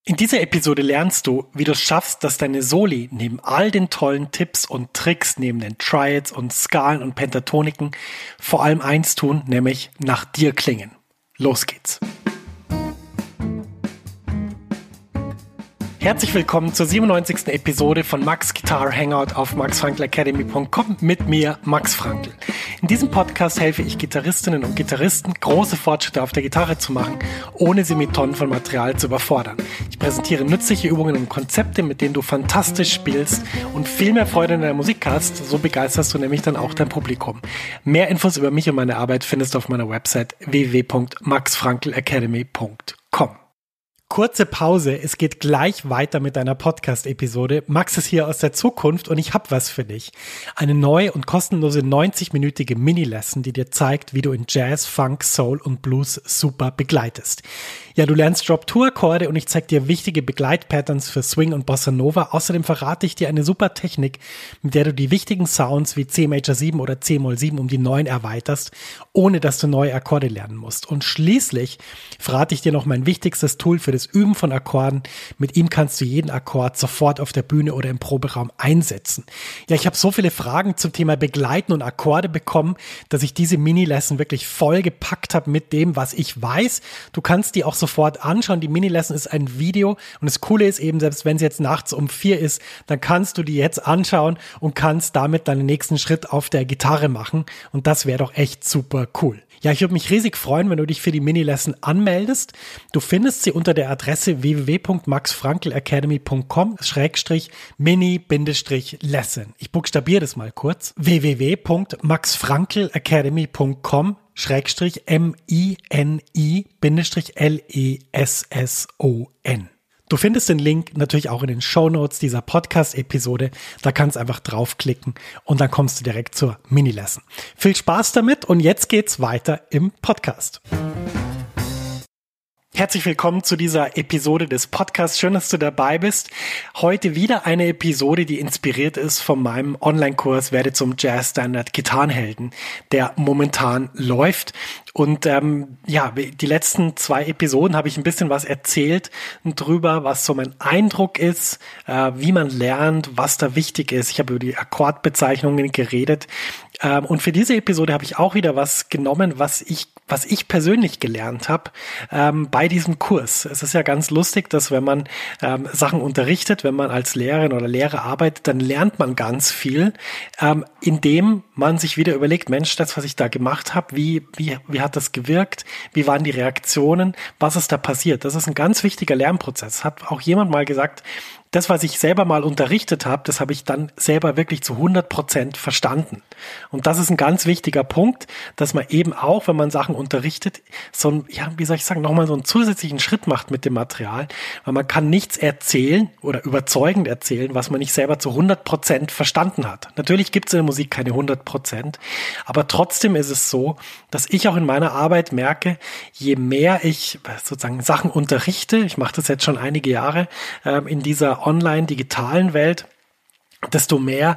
In dieser Episode lernst du, wie du es schaffst, dass deine Soli neben all den tollen Tipps und Tricks, neben den Triads und Skalen und Pentatoniken, vor allem eins tun, nämlich nach dir klingen. Los geht's! Herzlich willkommen zur 97. Episode von Max Guitar Hangout auf maxfrankelacademy.com mit mir, Max Frankl. In diesem Podcast helfe ich Gitarristinnen und Gitarristen, große Fortschritte auf der Gitarre zu machen, ohne sie mit Tonnen von Material zu überfordern. Ich präsentiere nützliche Übungen und Konzepte, mit denen du fantastisch spielst und viel mehr Freude in deiner Musik hast. So begeisterst du nämlich dann auch dein Publikum. Mehr Infos über mich und meine Arbeit findest du auf meiner Website www.maxfrankelacademy.com. Kurze Pause, es geht gleich weiter mit deiner Podcast-Episode. Max ist hier aus der Zukunft und ich habe was für dich. Eine neue und kostenlose 90-minütige Mini-Lesson, die dir zeigt, wie du in Jazz, Funk, Soul und Blues super begleitest. Ja, du lernst Drop-2-Akkorde und ich zeige dir wichtige Begleitpatterns für Swing und Bossa Nova. Außerdem verrate ich dir eine super Technik, mit der du die wichtigen Sounds wie C Major 7 oder C Moll 7 um die 9 erweiterst, ohne dass du neue Akkorde lernen musst. Und schließlich verrate ich dir noch mein wichtigstes Tool für das Üben von Akkorden. Mit ihm kannst du jeden Akkord sofort auf der Bühne oder im Proberaum einsetzen. Ja, ich habe so viele Fragen zum Thema Begleiten und Akkorde bekommen, dass ich diese Mini-Lesson wirklich voll gepackt habe mit dem, was ich weiß. Du kannst die auch sofort anschauen. Die Mini-Lesson ist ein Video und das Coole ist eben, selbst wenn es jetzt nachts um 4 ist, dann kannst du die jetzt anschauen und kannst damit deinen nächsten Schritt auf der Gitarre machen und das wäre doch echt super cool. Ja, ich würde mich riesig freuen, wenn du dich für die Mini-Lesson anmeldest. Du findest sie unter der Adresse www.maxfrankelacademy.com/mini-lesson. Ich buchstabiere das mal kurz. www.maxfrankelacademy.com/mini-lesson. Du findest den Link natürlich auch in den Shownotes dieser Podcast-Episode. Da kannst du einfach draufklicken und dann kommst du direkt zur Mini-Lesson. Viel Spaß damit und jetzt geht's weiter im Podcast. Herzlich willkommen zu dieser Episode des Podcasts. Schön, dass du dabei bist. Heute wieder eine Episode, die inspiriert ist von meinem Online-Kurs Werde zum Jazz-Standard Gitarrenhelden, der momentan läuft. Und die letzten 2 Episoden habe ich ein bisschen was erzählt drüber, was so mein Eindruck ist, wie man lernt, was da wichtig ist. Ich habe über die Akkordbezeichnungen geredet. Und für diese Episode habe ich auch wieder was genommen, was ich persönlich gelernt habe bei diesem Kurs. Es ist ja ganz lustig, dass wenn man Sachen unterrichtet, wenn man als Lehrerin oder Lehrer arbeitet, dann lernt man ganz viel, indem man sich wieder überlegt, Mensch, das, was ich da gemacht habe, wie hat das gewirkt? Wie waren die Reaktionen? Was ist da passiert? Das ist ein ganz wichtiger Lernprozess. Hat auch jemand mal gesagt, das, was ich selber mal unterrichtet habe, das habe ich dann selber wirklich zu 100% verstanden. Und das ist ein ganz wichtiger Punkt, dass man eben auch, wenn man Sachen unterrichtet, nochmal so einen zusätzlichen Schritt macht mit dem Material, weil man kann nichts erzählen oder überzeugend erzählen, was man nicht selber zu 100% verstanden hat. Natürlich gibt es in der Musik keine 100%, aber trotzdem ist es so, dass ich auch in meiner Arbeit merke, je mehr ich sozusagen Sachen unterrichte, ich mache das jetzt schon einige Jahre in dieser online-digitalen Welt, desto mehr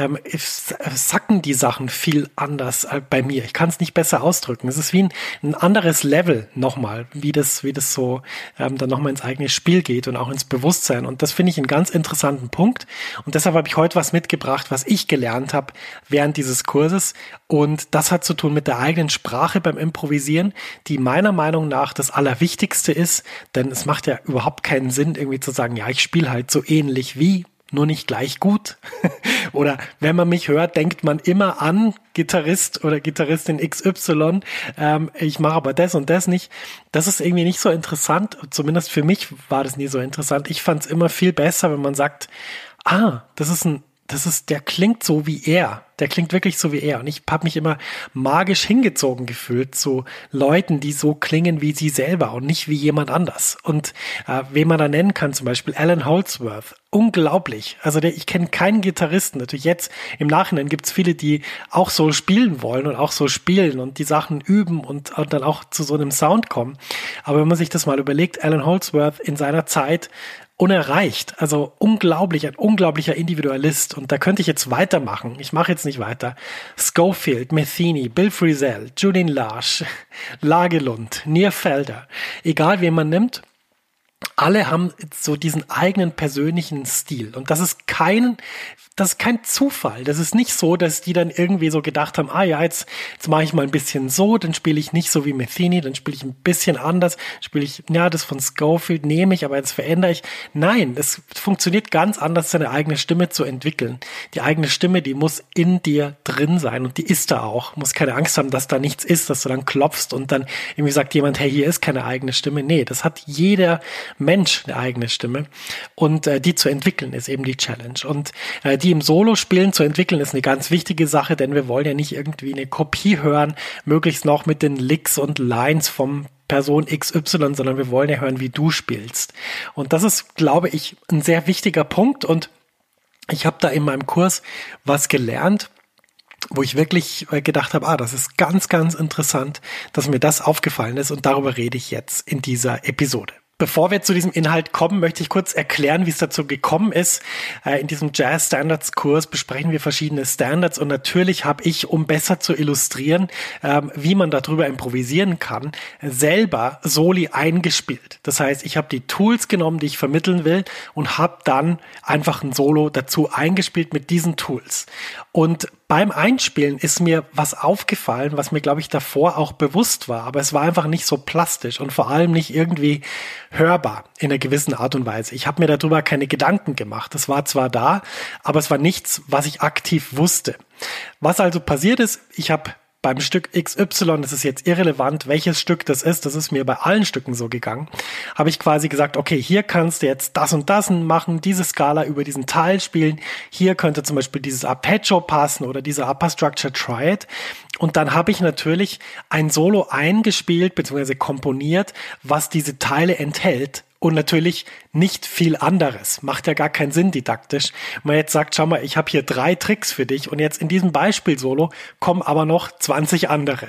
sacken die Sachen viel anders bei mir. Ich kann es nicht besser ausdrücken. Es ist wie ein anderes Level nochmal, wie das so dann nochmal ins eigene Spiel geht und auch ins Bewusstsein. Und das finde ich einen ganz interessanten Punkt. Und deshalb habe ich heute was mitgebracht, was ich gelernt habe während dieses Kurses. Und das hat zu tun mit der eigenen Sprache beim Improvisieren, die meiner Meinung nach das Allerwichtigste ist. Denn es macht ja überhaupt keinen Sinn, irgendwie zu sagen, ja, ich spiele halt so ähnlich wie, nur nicht gleich gut. Oder wenn man mich hört, denkt man immer an Gitarrist oder Gitarristin XY. Ich mache aber das und das nicht. Das ist irgendwie nicht so interessant. Zumindest für mich war das nie so interessant. Ich fand es immer viel besser, wenn man sagt, der klingt so wie er. Der klingt wirklich so wie er. Und ich habe mich immer magisch hingezogen gefühlt zu Leuten, die so klingen wie sie selber und nicht wie jemand anders. Und wen man da nennen kann, zum Beispiel Allan Holdsworth. Unglaublich. Also ich kenne keinen Gitarristen. Natürlich jetzt im Nachhinein gibt es viele, die auch so spielen wollen und auch so spielen und die Sachen üben und dann auch zu so einem Sound kommen. Aber wenn man sich das mal überlegt, Allan Holdsworth in seiner Zeit unerreicht. Also unglaublich, ein unglaublicher Individualist. Und da könnte ich jetzt weitermachen. Ich mache jetzt nicht weiter. Scofield, Metheny, Bill Frisell, Julian Lage, Lagerlund, Nir Felder. Egal, wen man nimmt. alle haben so diesen eigenen persönlichen Stil. Und das ist kein Zufall. Das ist nicht so, dass die dann irgendwie so gedacht haben, jetzt mache ich mal ein bisschen so, dann spiele ich nicht so wie Metheny, dann spiele ich ein bisschen anders, spiele ich, das von Scofield nehme ich, aber jetzt verändere ich. Nein, es funktioniert ganz anders, seine eigene Stimme zu entwickeln. Die eigene Stimme, die muss in dir drin sein und die ist da auch. Muss keine Angst haben, dass da nichts ist, dass du dann klopfst und dann irgendwie sagt jemand, hey, hier ist keine eigene Stimme. Nee, das hat jeder Mensch eine eigene Stimme und die zu entwickeln ist eben die Challenge und die im Solo-Spielen zu entwickeln ist eine ganz wichtige Sache, denn wir wollen ja nicht irgendwie eine Kopie hören, möglichst noch mit den Licks und Lines vom Person XY, sondern wir wollen ja hören, wie du spielst. Und das ist, glaube ich, ein sehr wichtiger Punkt und ich habe da in meinem Kurs was gelernt, wo ich wirklich gedacht habe, das ist ganz, ganz interessant, dass mir das aufgefallen ist und darüber rede ich jetzt in dieser Episode. Bevor wir zu diesem Inhalt kommen, möchte ich kurz erklären, wie es dazu gekommen ist. In diesem Jazz Standards Kurs besprechen wir verschiedene Standards und natürlich habe ich, um besser zu illustrieren, wie man darüber improvisieren kann, selber Soli eingespielt. Das heißt, ich habe die Tools genommen, die ich vermitteln will und habe dann einfach ein Solo dazu eingespielt mit diesen Tools. Und beim Einspielen ist mir was aufgefallen, was mir, glaube ich, davor auch bewusst war, aber es war einfach nicht so plastisch und vor allem nicht irgendwie hörbar in einer gewissen Art und Weise. Ich habe mir darüber keine Gedanken gemacht. Es war zwar da, aber es war nichts, was ich aktiv wusste. Was also passiert ist, ich habe beim Stück XY, das ist jetzt irrelevant, welches Stück das ist mir bei allen Stücken so gegangen, habe ich quasi gesagt, okay, hier kannst du jetzt das und das machen, diese Skala über diesen Teil spielen, hier könnte zum Beispiel dieses Arpeggio passen oder dieser Upper Structure Triad und dann habe ich natürlich ein Solo eingespielt bzw. komponiert, was diese Teile enthält. Und natürlich nicht viel anderes. Macht ja gar keinen Sinn didaktisch. Wenn man jetzt sagt, schau mal, ich habe hier 3 Tricks für dich und jetzt in diesem Beispiel-Solo kommen aber noch 20 andere.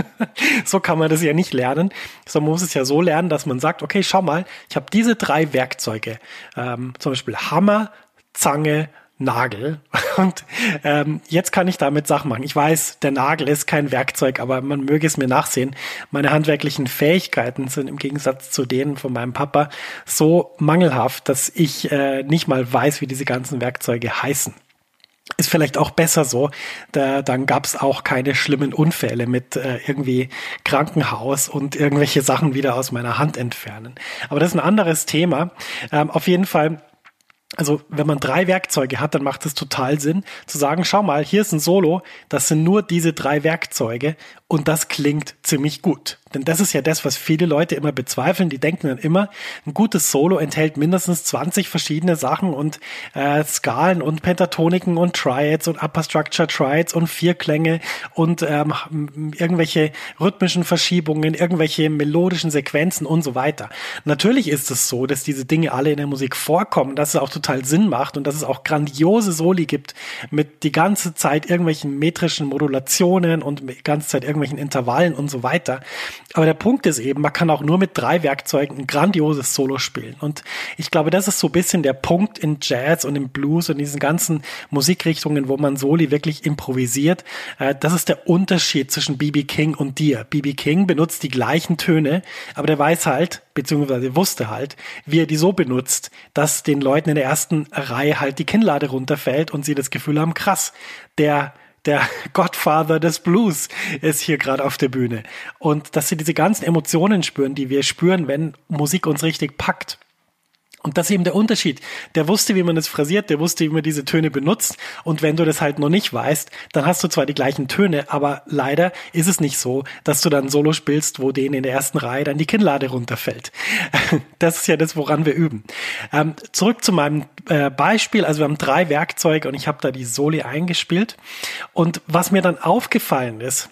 So kann man das ja nicht lernen. Sondern man muss es ja so lernen, dass man sagt, okay, schau mal, ich habe diese 3 Werkzeuge. Zum Beispiel Hammer, Zange, Nagel und jetzt kann ich damit Sachen machen. Ich weiß, der Nagel ist kein Werkzeug, aber man möge es mir nachsehen. Meine handwerklichen Fähigkeiten sind im Gegensatz zu denen von meinem Papa so mangelhaft, dass ich nicht mal weiß, wie diese ganzen Werkzeuge heißen. Ist vielleicht auch besser so, dann gab es auch keine schlimmen Unfälle mit irgendwie Krankenhaus und irgendwelche Sachen wieder aus meiner Hand entfernen. Aber das ist ein anderes Thema. Auf jeden Fall, also wenn man 3 Werkzeuge hat, dann macht es total Sinn zu sagen, schau mal, hier ist ein Solo, das sind nur diese 3 Werkzeuge und das klingt ziemlich gut. Denn das ist ja das, was viele Leute immer bezweifeln. Die denken dann immer, ein gutes Solo enthält mindestens 20 verschiedene Sachen und Skalen und Pentatoniken und Triads und Upper Structure Triads und Vierklänge und irgendwelche rhythmischen Verschiebungen, irgendwelche melodischen Sequenzen und so weiter. Natürlich ist es so, dass diese Dinge alle in der Musik vorkommen, dass es auch total Sinn macht und dass es auch grandiose Soli gibt mit die ganze Zeit irgendwelchen metrischen Modulationen und die ganze Zeit irgendwelchen Intervallen und so weiter. Aber der Punkt ist eben, man kann auch nur mit 3 Werkzeugen ein grandioses Solo spielen. Und ich glaube, das ist so ein bisschen der Punkt in Jazz und im Blues und diesen ganzen Musikrichtungen, wo man Soli wirklich improvisiert. Das ist der Unterschied zwischen B.B. King und dir. B.B. King benutzt die gleichen Töne, aber der weiß halt, beziehungsweise wusste halt, wie er die so benutzt, dass den Leuten in der ersten Reihe halt die Kinnlade runterfällt und sie das Gefühl haben, krass, der Godfather des Blues ist hier gerade auf der Bühne. Und dass sie diese ganzen Emotionen spüren, die wir spüren, wenn Musik uns richtig packt. Und das ist eben der Unterschied. Der wusste, wie man es phrasiert, der wusste, wie man diese Töne benutzt. Und wenn du das halt noch nicht weißt, dann hast du zwar die gleichen Töne, aber leider ist es nicht so, dass du dann ein Solo spielst, wo denen in der ersten Reihe dann die Kinnlade runterfällt. Das ist ja das, woran wir üben. Zurück zu meinem Beispiel. Also wir haben 3 Werkzeuge und ich habe da die Soli eingespielt. Und was mir dann aufgefallen ist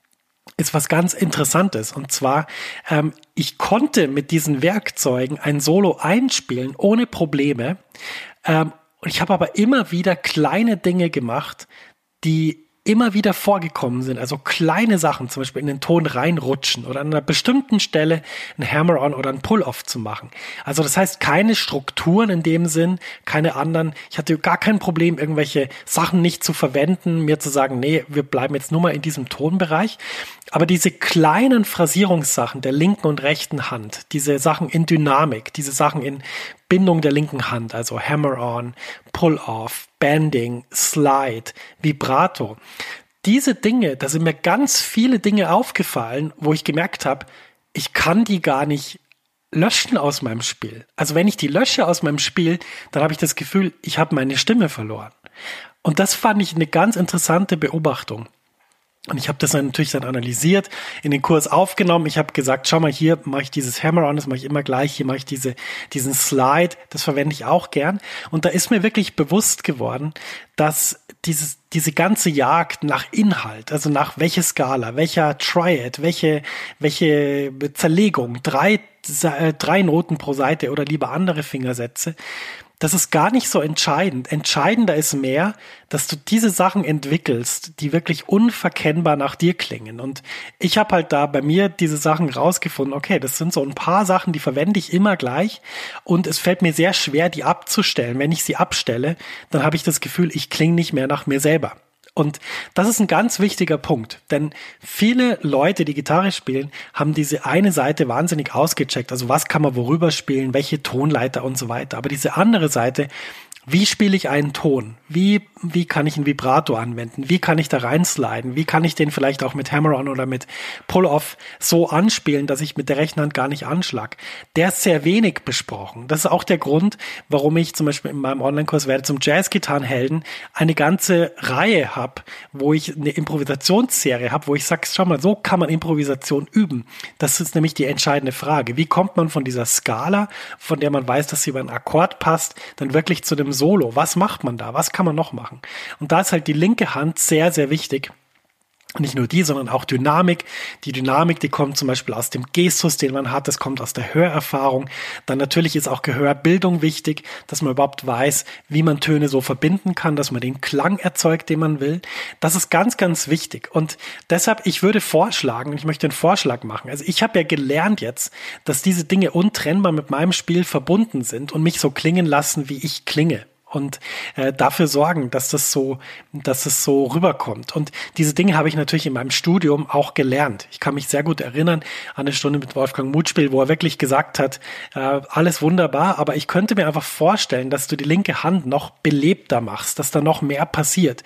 was ganz Interessantes. Und zwar, ich konnte mit diesen Werkzeugen ein Solo einspielen, ohne Probleme. Und ich habe aber immer wieder kleine Dinge gemacht, die immer wieder vorgekommen sind, also kleine Sachen, zum Beispiel in den Ton reinrutschen oder an einer bestimmten Stelle ein Hammer-on oder ein Pull-off zu machen. Also das heißt, keine Strukturen in dem Sinn, keine anderen. Ich hatte gar kein Problem, irgendwelche Sachen nicht zu verwenden, mir zu sagen, nee, wir bleiben jetzt nur mal in diesem Tonbereich. Aber diese kleinen Phrasierungssachen der linken und rechten Hand, diese Sachen in Dynamik, diese Sachen in Bindung der linken Hand, also Hammer-on, Pull-off, Bending, Slide, Vibrato. Diese Dinge, da sind mir ganz viele Dinge aufgefallen, wo ich gemerkt habe, ich kann die gar nicht löschen aus meinem Spiel. Also wenn ich die lösche aus meinem Spiel, dann habe ich das Gefühl, ich habe meine Stimme verloren. Und das fand ich eine ganz interessante Beobachtung. Und ich habe das dann natürlich analysiert, in den Kurs aufgenommen. Ich habe gesagt, schau mal, hier mache ich dieses Hammer-on, das mache ich immer gleich. Hier mache ich diesen Slide, das verwende ich auch gern. Und da ist mir wirklich bewusst geworden, dass diese ganze Jagd nach Inhalt, also nach welcher Skala, welcher Triad, welche Zerlegung, drei Noten pro Seite oder lieber andere Fingersätze, das ist gar nicht so entscheidend. Entscheidender ist mehr, dass du diese Sachen entwickelst, die wirklich unverkennbar nach dir klingen. Und ich habe halt da bei mir diese Sachen rausgefunden, okay, das sind so ein paar Sachen, die verwende ich immer gleich und es fällt mir sehr schwer, die abzustellen. Wenn ich sie abstelle, dann habe ich das Gefühl, ich klinge nicht mehr nach mir selber. Und das ist ein ganz wichtiger Punkt, denn viele Leute, die Gitarre spielen, haben diese eine Seite wahnsinnig ausgecheckt. Also was kann man worüber spielen, welche Tonleiter und so weiter. Aber diese andere Seite, wie spiele ich einen Ton? Wie kann ich ein Vibrato anwenden? Wie kann ich da reinsliden? Wie kann ich den vielleicht auch mit Hammer-on oder mit Pull-off so anspielen, dass ich mit der rechten Hand gar nicht anschlag? Der ist sehr wenig besprochen. Das ist auch der Grund, warum ich zum Beispiel in meinem Online-Kurs Werde zum Jazz-Gitarrenhelden eine ganze Reihe habe, wo ich eine Improvisationsserie habe, wo ich sage, schau mal, so kann man Improvisation üben. Das ist nämlich die entscheidende Frage. Wie kommt man von dieser Skala, von der man weiß, dass sie über einen Akkord passt, dann wirklich zu dem Solo? Was macht man da? Was kann man noch machen? Und da ist halt die linke Hand sehr, sehr wichtig. Nicht nur die, sondern auch Dynamik. Die Dynamik, die kommt zum Beispiel aus dem Gestus, den man hat. Das kommt aus der Hörerfahrung. Dann natürlich ist auch Gehörbildung wichtig, dass man überhaupt weiß, wie man Töne so verbinden kann, dass man den Klang erzeugt, den man will. Das ist ganz, ganz wichtig. Und deshalb, ich würde vorschlagen, ich möchte einen Vorschlag machen. Also ich habe ja gelernt jetzt, dass diese Dinge untrennbar mit meinem Spiel verbunden sind und mich so klingen lassen, wie ich klinge. Und dafür sorgen, dass es so rüberkommt. Und diese Dinge habe ich natürlich in meinem Studium auch gelernt. Ich kann mich sehr gut erinnern an eine Stunde mit Wolfgang Mutspiel, wo er wirklich gesagt hat, alles wunderbar, aber ich könnte mir einfach vorstellen, dass du die linke Hand noch belebter machst, dass da noch mehr passiert,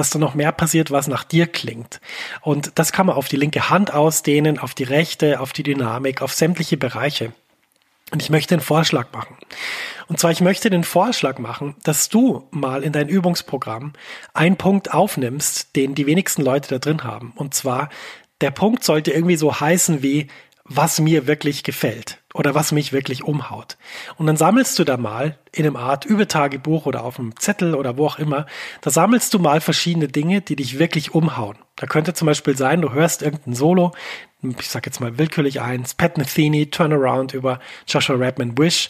was nach dir klingt. Und das kann man auf die linke Hand ausdehnen, auf die rechte, auf die Dynamik, auf sämtliche Bereiche. Und ich möchte einen Vorschlag machen. Und zwar, ich möchte den Vorschlag machen, dass du mal in dein Übungsprogramm einen Punkt aufnimmst, den die wenigsten Leute da drin haben. Und zwar, der Punkt sollte irgendwie so heißen wie, was mir wirklich gefällt oder was mich wirklich umhaut. Und dann sammelst du da mal in einem Art Übetagebuch oder auf einem Zettel oder wo auch immer, da sammelst du mal verschiedene Dinge, die dich wirklich umhauen. Da könnte zum Beispiel sein, du hörst irgendein Solo, ich sag jetzt mal willkürlich eins, Pat Metheny, Turnaround über Joshua Redman, Wish,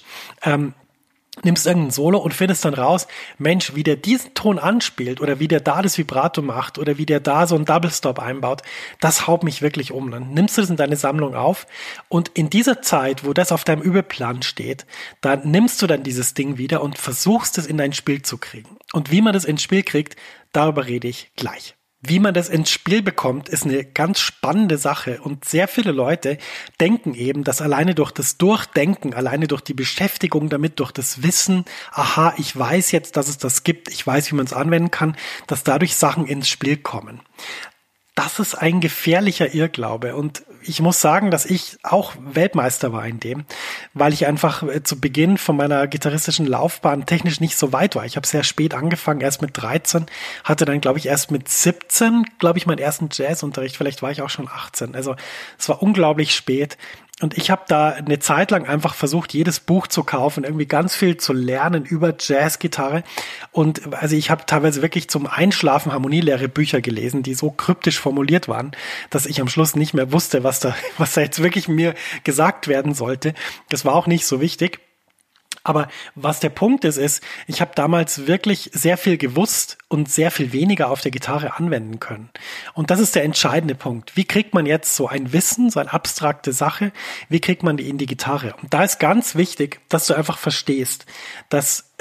nimmst irgendein Solo und findest dann raus, Mensch, wie der diesen Ton anspielt oder wie der da das Vibrato macht oder wie der da so einen Double Stop einbaut, das haut mich wirklich um. Dann nimmst du das in deine Sammlung auf und in dieser Zeit, wo das auf deinem Übeplan steht, dann nimmst du dann dieses Ding wieder und versuchst es in dein Spiel zu kriegen. Und wie man das ins Spiel kriegt, darüber rede ich gleich. Wie man das ins Spiel bekommt, ist eine ganz spannende Sache und sehr viele Leute denken eben, dass alleine durch das Durchdenken, alleine durch die Beschäftigung damit, durch das Wissen, aha, ich weiß jetzt, dass es das gibt, ich weiß, wie man es anwenden kann, dass dadurch Sachen ins Spiel kommen. Das ist ein gefährlicher Irrglaube und ich muss sagen, dass ich auch Weltmeister war in dem, weil ich einfach zu Beginn von meiner gitarristischen Laufbahn technisch nicht so weit war. Ich habe sehr spät angefangen, erst mit 13, hatte dann, glaube ich, erst mit 17, meinen ersten Jazzunterricht, vielleicht war ich auch schon 18. Also es war unglaublich spät. Und ich habe da eine Zeit lang einfach versucht, jedes Buch zu kaufen, irgendwie ganz viel zu lernen über Jazzgitarre. Und also ich habe teilweise wirklich zum Einschlafen Harmonielehre Bücher gelesen, die so kryptisch formuliert waren, dass ich am Schluss nicht mehr wusste, was da jetzt wirklich mir gesagt werden sollte. Das war auch nicht so wichtig. Aber was der Punkt ist, ich habe damals wirklich sehr viel gewusst und sehr viel weniger auf der Gitarre anwenden können. Und das ist der entscheidende Punkt. Wie kriegt man jetzt so ein Wissen, so eine abstrakte Sache, wie kriegt man die in die Gitarre? Und da ist ganz wichtig, dass du einfach verstehst, dass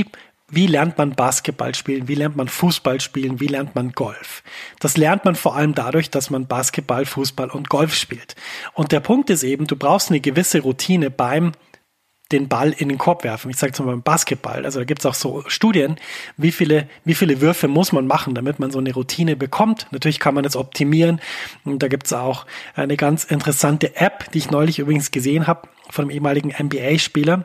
wie lernt man Basketball spielen, wie lernt man Fußball spielen, wie lernt man Golf? Das lernt man vor allem dadurch, dass man Basketball, Fußball und Golf spielt. Und der Punkt ist eben, du brauchst eine gewisse Routine beim den Ball in den Korb werfen. Ich sage zum Beispiel Basketball. Also da gibt es auch so Studien, wie viele Würfe muss man machen, damit man so eine Routine bekommt. Natürlich kann man das optimieren. Und da gibt es auch eine ganz interessante App, die ich neulich übrigens gesehen habe von einem ehemaligen NBA-Spieler.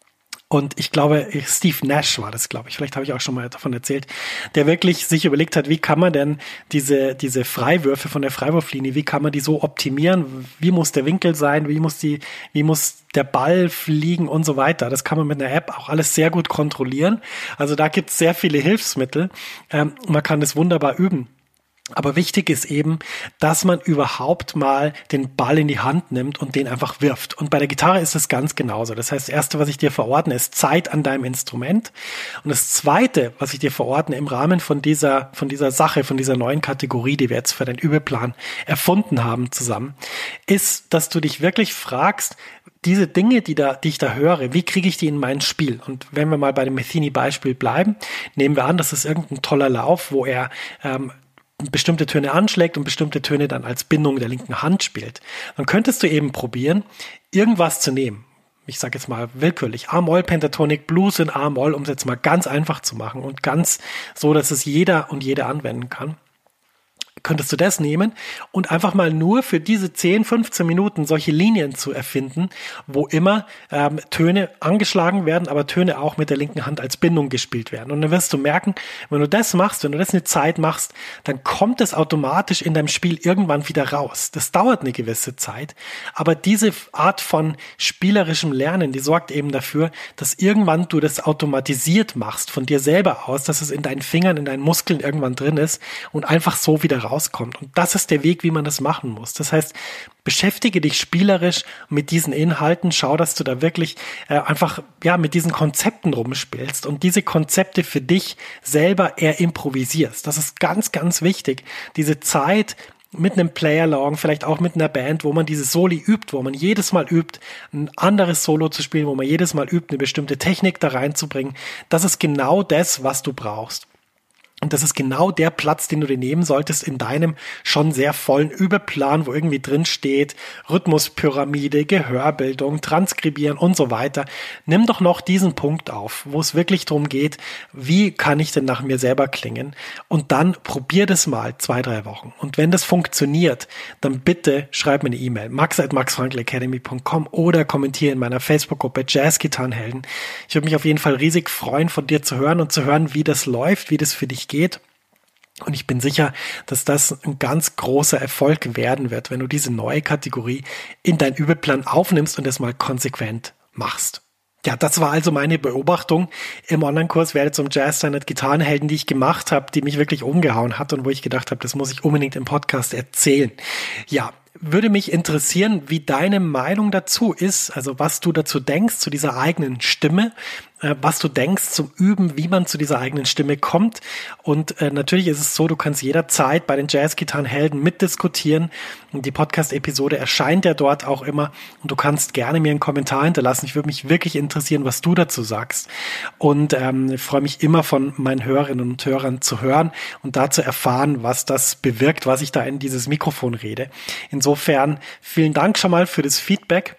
Und ich glaube, Steve Nash war das, glaube ich. Vielleicht habe ich auch schon mal davon erzählt, der wirklich sich überlegt hat, wie kann man denn diese Freiwürfe von der Freiwurflinie, wie kann man die so optimieren? Wie muss der Winkel sein? Wie muss der Ball fliegen und so weiter? Das kann man mit einer App auch alles sehr gut kontrollieren. Also da gibt es sehr viele Hilfsmittel. Man kann das wunderbar üben. Aber wichtig ist eben, dass man überhaupt mal den Ball in die Hand nimmt und den einfach wirft. Und bei der Gitarre ist es ganz genauso. Das heißt, das Erste, was ich dir verordne, ist Zeit an deinem Instrument. Und das Zweite, was ich dir verordne im Rahmen von dieser Sache, von dieser neuen Kategorie, die wir jetzt für den Übelplan erfunden haben zusammen, ist, dass du dich wirklich fragst, diese Dinge, die ich da höre, wie kriege ich die in mein Spiel? Und wenn wir mal bei dem Metheny-Beispiel bleiben, nehmen wir an, das ist irgendein toller Lauf, wo er bestimmte Töne anschlägt und bestimmte Töne dann als Bindung der linken Hand spielt. Dann könntest du eben probieren, irgendwas zu nehmen. Ich sage jetzt mal willkürlich A-Moll, Pentatonik, Blues in A-Moll, um es jetzt mal ganz einfach zu machen und ganz so, dass es jeder und jede anwenden kann. Könntest du das nehmen und einfach mal nur für diese 10, 15 Minuten solche Linien zu erfinden, wo immer Töne angeschlagen werden, aber Töne auch mit der linken Hand als Bindung gespielt werden. Und dann wirst du merken, wenn du das machst, wenn du das eine Zeit machst, dann kommt es automatisch in deinem Spiel irgendwann wieder raus. Das dauert eine gewisse Zeit, aber diese Art von spielerischem Lernen, die sorgt eben dafür, dass irgendwann du das automatisiert machst von dir selber aus, dass es in deinen Fingern, in deinen Muskeln irgendwann drin ist und einfach so wieder rauskommt. Und das ist der Weg, wie man das machen muss. Das heißt, beschäftige dich spielerisch mit diesen Inhalten, schau, dass du da wirklich einfach mit diesen Konzepten rumspielst und diese Konzepte für dich selber eher improvisierst. Das ist ganz, ganz wichtig. Diese Zeit mit einem Play-Along, vielleicht auch mit einer Band, wo man diese Soli übt, wo man jedes Mal übt, ein anderes Solo zu spielen, wo man jedes Mal übt, eine bestimmte Technik da reinzubringen. Das ist genau das, was du brauchst. Und das ist genau der Platz, den du dir nehmen solltest in deinem schon sehr vollen Übeplan, wo irgendwie drin steht, Rhythmuspyramide, Gehörbildung, Transkribieren und so weiter. Nimm doch noch diesen Punkt auf, wo es wirklich darum geht, wie kann ich denn nach mir selber klingen? Und dann probier das mal 2-3 Wochen. Und wenn das funktioniert, dann bitte schreib mir eine E-Mail, max@maxfrankelacademy.com oder kommentiere in meiner Facebook-Gruppe Jazzgitarrenhelden. Ich würde mich auf jeden Fall riesig freuen, von dir zu hören und zu hören, wie das läuft, wie das für dich geht. Und ich bin sicher, dass das ein ganz großer Erfolg werden wird, wenn du diese neue Kategorie in deinen Übeplan aufnimmst und das mal konsequent machst. Ja, das war also meine Beobachtung im Online-Kurs Werde zum Jazz-Standard Gitarrenhelden, die ich gemacht habe, die mich wirklich umgehauen hat und wo ich gedacht habe, das muss ich unbedingt im Podcast erzählen. Ja, würde mich interessieren, wie deine Meinung dazu ist, also was du dazu denkst, zu dieser eigenen Stimme, was du denkst zum Üben, wie man zu dieser eigenen Stimme kommt. Und natürlich ist es so, du kannst jederzeit bei den Jazz-Gitarrenhelden mitdiskutieren. Die Podcast-Episode erscheint ja dort auch immer und du kannst gerne mir einen Kommentar hinterlassen. Ich würde mich wirklich interessieren, was du dazu sagst. Und ich freue mich immer von meinen Hörerinnen und Hörern zu hören und da zu erfahren, was das bewirkt, was ich da in dieses Mikrofon rede. Insofern vielen Dank schon mal für das Feedback.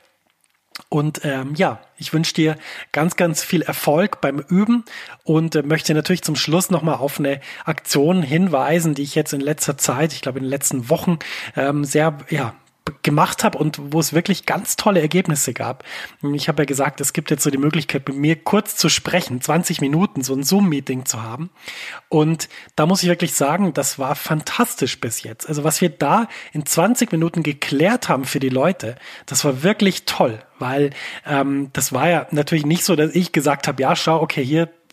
Und ich wünsche dir ganz, ganz viel Erfolg beim Üben und möchte natürlich zum Schluss nochmal auf eine Aktion hinweisen, die ich jetzt in letzter Zeit, ich glaube in den letzten Wochen, gemacht habe und wo es wirklich ganz tolle Ergebnisse gab. Ich habe ja gesagt, es gibt jetzt so die Möglichkeit, mit mir kurz zu sprechen, 20 Minuten, so ein Zoom-Meeting zu haben. Und da muss ich wirklich sagen, das war fantastisch bis jetzt. Also was wir da in 20 Minuten geklärt haben für die Leute, das war wirklich toll, weil das war ja natürlich nicht so, dass ich gesagt habe, ja, schau, okay, hier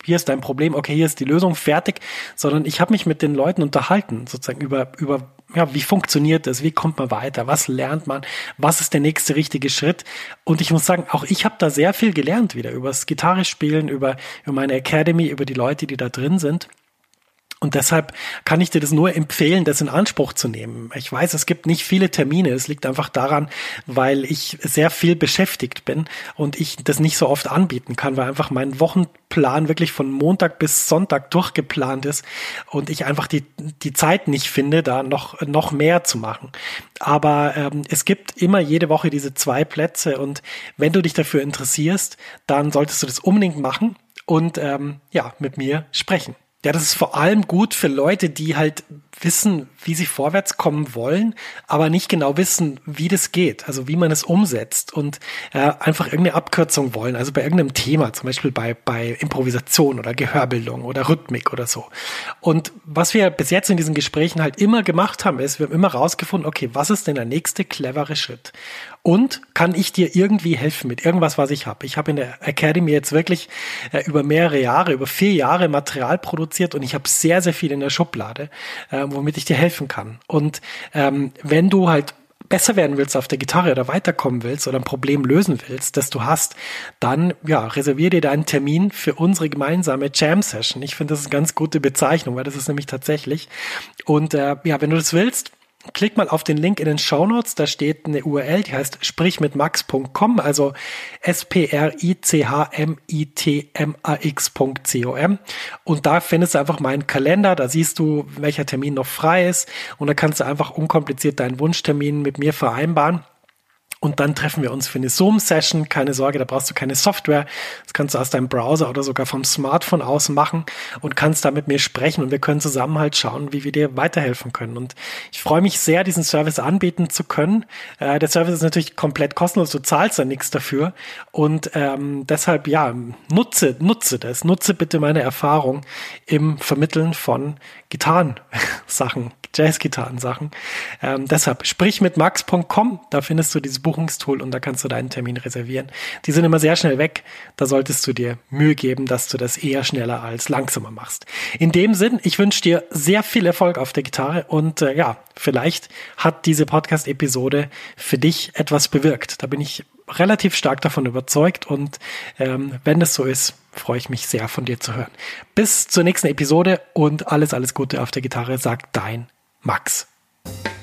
hier ist dein Problem, okay, hier ist die Lösung, fertig, sondern ich habe mich mit den Leuten unterhalten, sozusagen über wie funktioniert das, wie kommt man weiter, was lernt man, was ist der nächste richtige Schritt. Und ich muss sagen, auch ich habe da sehr viel gelernt wieder über das Gitarrespielen, über meine Academy, über die Leute, die da drin sind. Und deshalb kann ich dir das nur empfehlen, das in Anspruch zu nehmen. Ich weiß, es gibt nicht viele Termine. Es liegt einfach daran, weil ich sehr viel beschäftigt bin und ich das nicht so oft anbieten kann, weil einfach mein Wochenplan wirklich von Montag bis Sonntag durchgeplant ist und ich einfach die Zeit nicht finde, da noch mehr zu machen. Aber es gibt immer jede Woche diese 2 Plätze und wenn du dich dafür interessierst, dann solltest du das unbedingt machen und mit mir sprechen. Ja, das ist vor allem gut für Leute, die halt wissen, wie sie vorwärts kommen wollen, aber nicht genau wissen, wie das geht, also wie man es umsetzt und einfach irgendeine Abkürzung wollen, also bei irgendeinem Thema, zum Beispiel bei Improvisation oder Gehörbildung oder Rhythmik oder so. Und was wir bis jetzt in diesen Gesprächen halt immer gemacht haben, ist, wir haben immer rausgefunden, okay, was ist denn der nächste clevere Schritt? Und kann ich dir irgendwie helfen mit irgendwas, was ich habe? Ich habe in der Academy jetzt wirklich über mehrere Jahre, über 4 Jahre Material produziert und ich habe sehr, sehr viel in der Schublade, womit ich dir helfen kann. Und wenn du halt besser werden willst auf der Gitarre oder weiterkommen willst oder ein Problem lösen willst, das du hast, dann reservier dir deinen Termin für unsere gemeinsame Jam-Session. Ich finde, das ist eine ganz gute Bezeichnung, weil das ist nämlich tatsächlich. Und wenn du das willst, klick mal auf den Link in den Shownotes, da steht eine URL, die heißt sprichmitmax.com, also sprichmitmax.com und da findest du einfach meinen Kalender, da siehst du, welcher Termin noch frei ist und da kannst du einfach unkompliziert deinen Wunschtermin mit mir vereinbaren. Und dann treffen wir uns für eine Zoom-Session. Keine Sorge, da brauchst du keine Software. Das kannst du aus deinem Browser oder sogar vom Smartphone aus machen und kannst da mit mir sprechen. Und wir können zusammen halt schauen, wie wir dir weiterhelfen können. Und ich freue mich sehr, diesen Service anbieten zu können. Der Service ist natürlich komplett kostenlos. Du zahlst da nichts dafür. Und deshalb, nutze das. Nutze bitte meine Erfahrung im Vermitteln von Gitarrensachen, Jazz-Gitarrensachen. Deshalb sprich mit max.com, da findest du dieses Buchungstool und da kannst du deinen Termin reservieren. Die sind immer sehr schnell weg, da solltest du dir Mühe geben, dass du das eher schneller als langsamer machst. In dem Sinn, ich wünsche dir sehr viel Erfolg auf der Gitarre und vielleicht hat diese Podcast-Episode für dich etwas bewirkt. Da bin ich relativ stark davon überzeugt und wenn das so ist, freue ich mich sehr, von dir zu hören. Bis zur nächsten Episode und alles Gute auf der Gitarre, sagt dein Max.